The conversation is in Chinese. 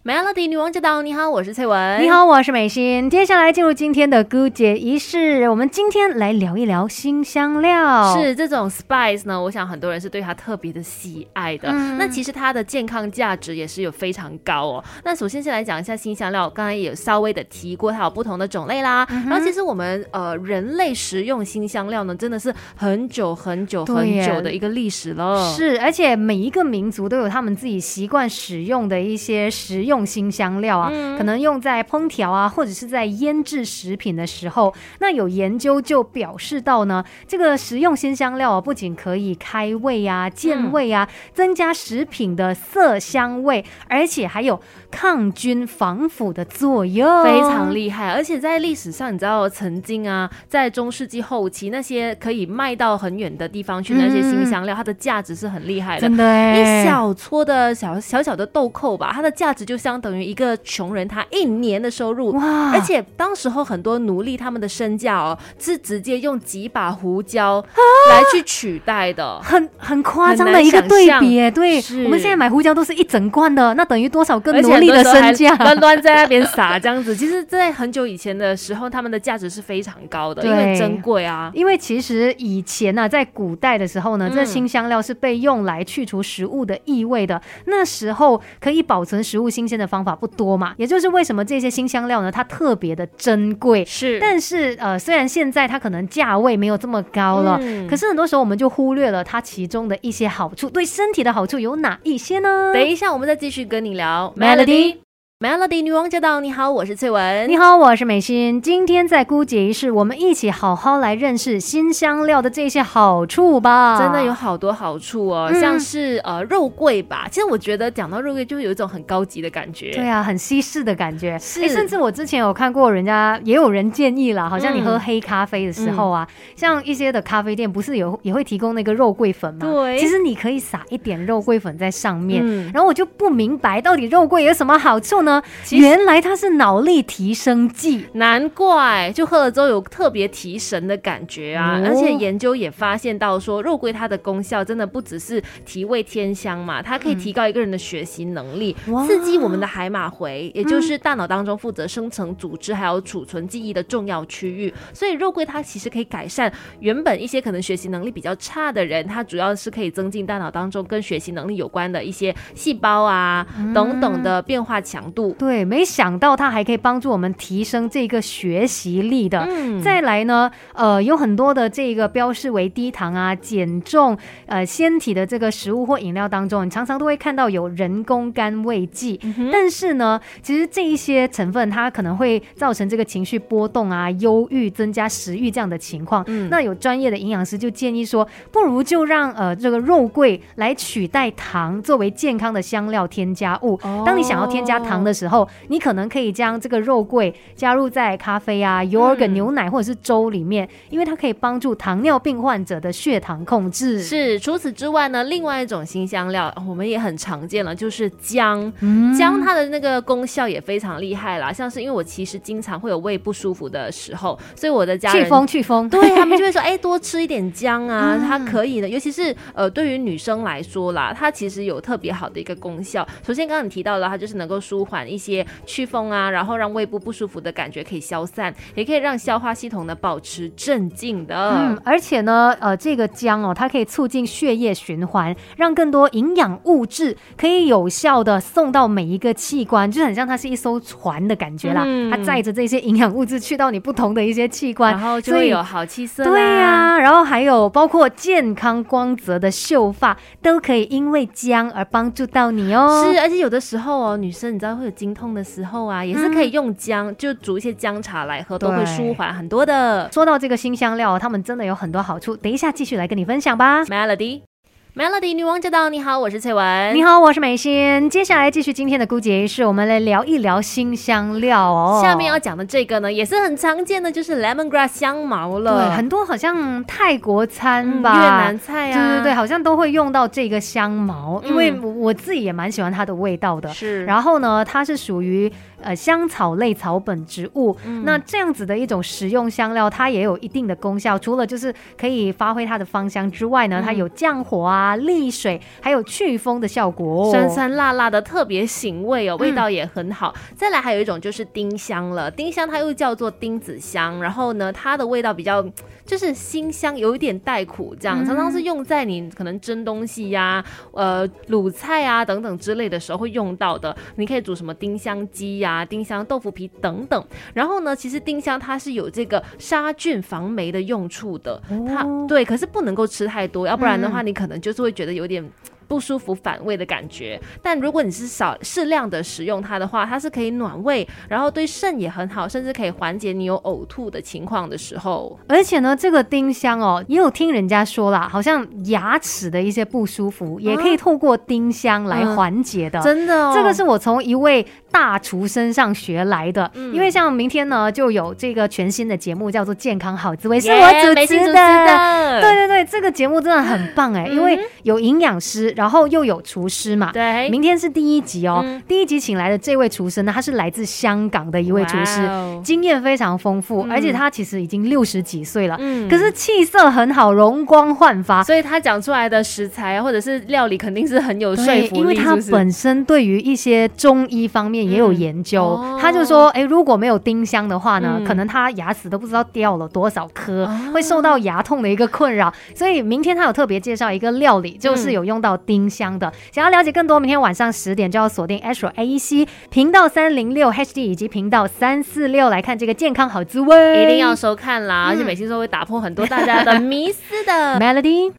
Melody 女王驾到！你好，我是翠文。 你好，我是美心。接下来进入今天的姑姐仪式，我们今天来聊一聊辛香料。 是这种 spice 呢，我想很多人是对它特别的喜爱的。那其实它的健康价值也是有非常高哦。那首先先来讲一下辛香料，刚才也有稍微的提过，它有不同的种类啦。然后其实我们人类食用辛香料呢，真的是很久的一个历史了。 是，而且每一个民族都有他们自己习惯使用的一些食用辛香料啊，可能用在烹调啊，或者是在腌制食品的时候。那有研究就表示到呢，这个食用辛香料啊，不仅可以开胃啊、健胃啊，增加食品的色香味，而且还有抗菌防腐的作用， 非常厉害。而且在历史上，你知道曾经啊，在中世纪后期，那些可以卖到很远的地方去那些辛香料，它的价值是很厉害的。 真的一小撮的小的豆蔻吧，它的价值就相等于一个穷人他1年的收入。哇！而且当时候很多奴隶他们的身价哦，是直接用几把胡椒来去取代的， 很夸张的一个对比耶。对，我们现在买胡椒都是一整罐的，那等于多少个奴隶的身价？ 乱在那边撒这样子。其实，在很久以前的时候，他们的价值是非常高的，因为珍贵啊。 因为其实以前呢，在古代的时候呢，这辛香料是被用来去除食物的异味的。那时候可以保存食物新鲜的方法不多嘛，也就是为什么这些辛香料呢，它特别的珍贵。 是， 但是虽然现在它可能价位没有这么高了，可是很多时候我们就忽略了它其中的一些好处。对身体的好处有哪一些呢？ 等一下我们再继续跟你聊。Melody 女王驾到！你好，我是翠文。 你好，我是美心。今天在姑姐仪式，我们一起好好来认识辛香料的这些好处吧。 真的有好多好处哦，像是肉桂吧。其实我觉得讲到肉桂，就会有一种很高级的感觉。 对啊，很西式的感觉。 是， 甚至我之前有看过人家也有人建议啦，好像你喝黑咖啡的时候啊，像一些的咖啡店不是也会提供那个肉桂粉吗？ 对， 其实你可以撒一点肉桂粉在上面。然后我就不明白到底肉桂有什么好处呢？原来它是脑力提升剂， 难怪就喝了之后有特别提神的感觉啊！而且研究也发现到说，肉桂它的功效真的不只是提味添香嘛，它可以提高一个人的学习能力，刺激我们的海马回，也就是大脑当中负责生成组织还有储存记忆的重要区域。所以肉桂它其实可以改善原本一些可能学习能力比较差的人，它主要是可以增进大脑当中跟学习能力有关的一些细胞啊等等的变化强度。 对，没想到它还可以帮助我们提升这个学习力的。再来呢，有很多的这个标示为低糖啊、减重、纤体的这个食物或饮料当中，你常常都会看到有人工甘味剂。但是呢，其实这一些成分它可能会造成这个情绪波动啊、忧郁、增加食欲这样的情况。那有专业的营养师就建议说，不如就让这个肉桂来取代糖，作为健康的香料添加物。当你想要添加糖的时候，你可能可以将这个肉桂加入在咖啡啊、yogurt、牛奶或者是粥里面，因为它可以帮助糖尿病患者的血糖控制。 是，除此之外呢，另外一种辛香料我们也很常见了，就是姜。姜它的那个功效也非常厉害啦，像是因为我其实经常会有胃不舒服的时候，所以我的家人祛风， 对他们就会说，多吃一点姜啊，它可以的。尤其是对于女生来说啦，它其实有特别好的一个功效。首先刚刚你提到了，它就是能够舒缓一些祛风啊，然后让胃部不舒服的感觉可以消散，也可以让消化系统呢保持镇静的。 而且呢，这个姜它可以促进血液循环，让更多营养物质可以有效的送到每一个器官，就很像它是一艘船的感觉啦。它载着这些营养物质去到你不同的一些器官， 然后就会有好气色啦。 对啊，然后还有包括健康光泽的秀发，都可以因为姜而帮助到你哦。 是，而且有的时候女生你知道会有经痛的时候啊，也是可以用姜，就煮一些姜茶来喝，都会舒缓很多的。 说到这个辛香料，它们真的有很多好处，等一下继续来跟你分享吧。 Melody 女王驾到！你好，我是翠文。 你好，我是美心。接下来继续今天的姑姐仪式，我们来聊一聊辛香料哦。 下面要讲的这个呢，也是很常见的，就是 lemongrass 香茅了。 对，很多好像泰国餐吧、 越南菜啊， 对，好像都会用到这个香茅，因为我自己也蛮喜欢它的味道的。 是， 然后呢，它是属于香草类草本植物。那这样子的一种食用香料，它也有一定的功效，除了就是可以发挥它的芳香之外呢，它有降火啊、利水，还有祛风的效果， 酸酸辣辣的，特别醒胃哦，味道也很好。再来还有一种就是丁香了，丁香它又叫做丁子香，然后呢，它的味道比较就是辛香，有一点带苦，这样常常是用在你可能蒸东西呀、卤菜啊等等之类的时候会用到的。你可以煮什么丁香鸡呀、丁香豆腐皮等等。然后呢，其实丁香它是有这个杀菌防霉的用处的，它对，可是不能够吃太多，要不然的话，你可能就是会觉得有点不舒服反胃的感觉。但如果你是适量的使用它的话，它是可以暖胃，然后对肾也很好，甚至可以缓解你有呕吐的情况的时候。 而且呢，这个丁香哦，也有听人家说啦，好像牙齿的一些不舒服也可以透过丁香来缓解的。 真的哦， 这个是我从一位大厨身上学来的。因为像明天呢就有这个全新的节目叫做健康好滋味，是我主持的。对对对，这个节目真的很棒因为有营养师，然后又有厨师嘛。 对， 明天是第一集哦。第一集请来的这位厨师呢，他是来自香港的一位厨师，经验非常丰富，而且他其实已经60几岁了，可是气色很好，容光焕发， 所以他讲出来的食材或者是料理肯定是很有说服力， 因为他本身对于一些中医方面也有研究。他就说如果没有丁香的话呢，可能他牙齿都不知道掉了多少颗，会受到牙痛的一个困扰。所以明天他有特别介绍一个料理，就是有用到丁香的。想要了解更多，明天晚上10点就要锁定 Astro AEC 频道306 HD 以及频道346来看这个健康好滋味， 一定要收看啦！而且美心说会打破很多大家的迷思的。 Melody。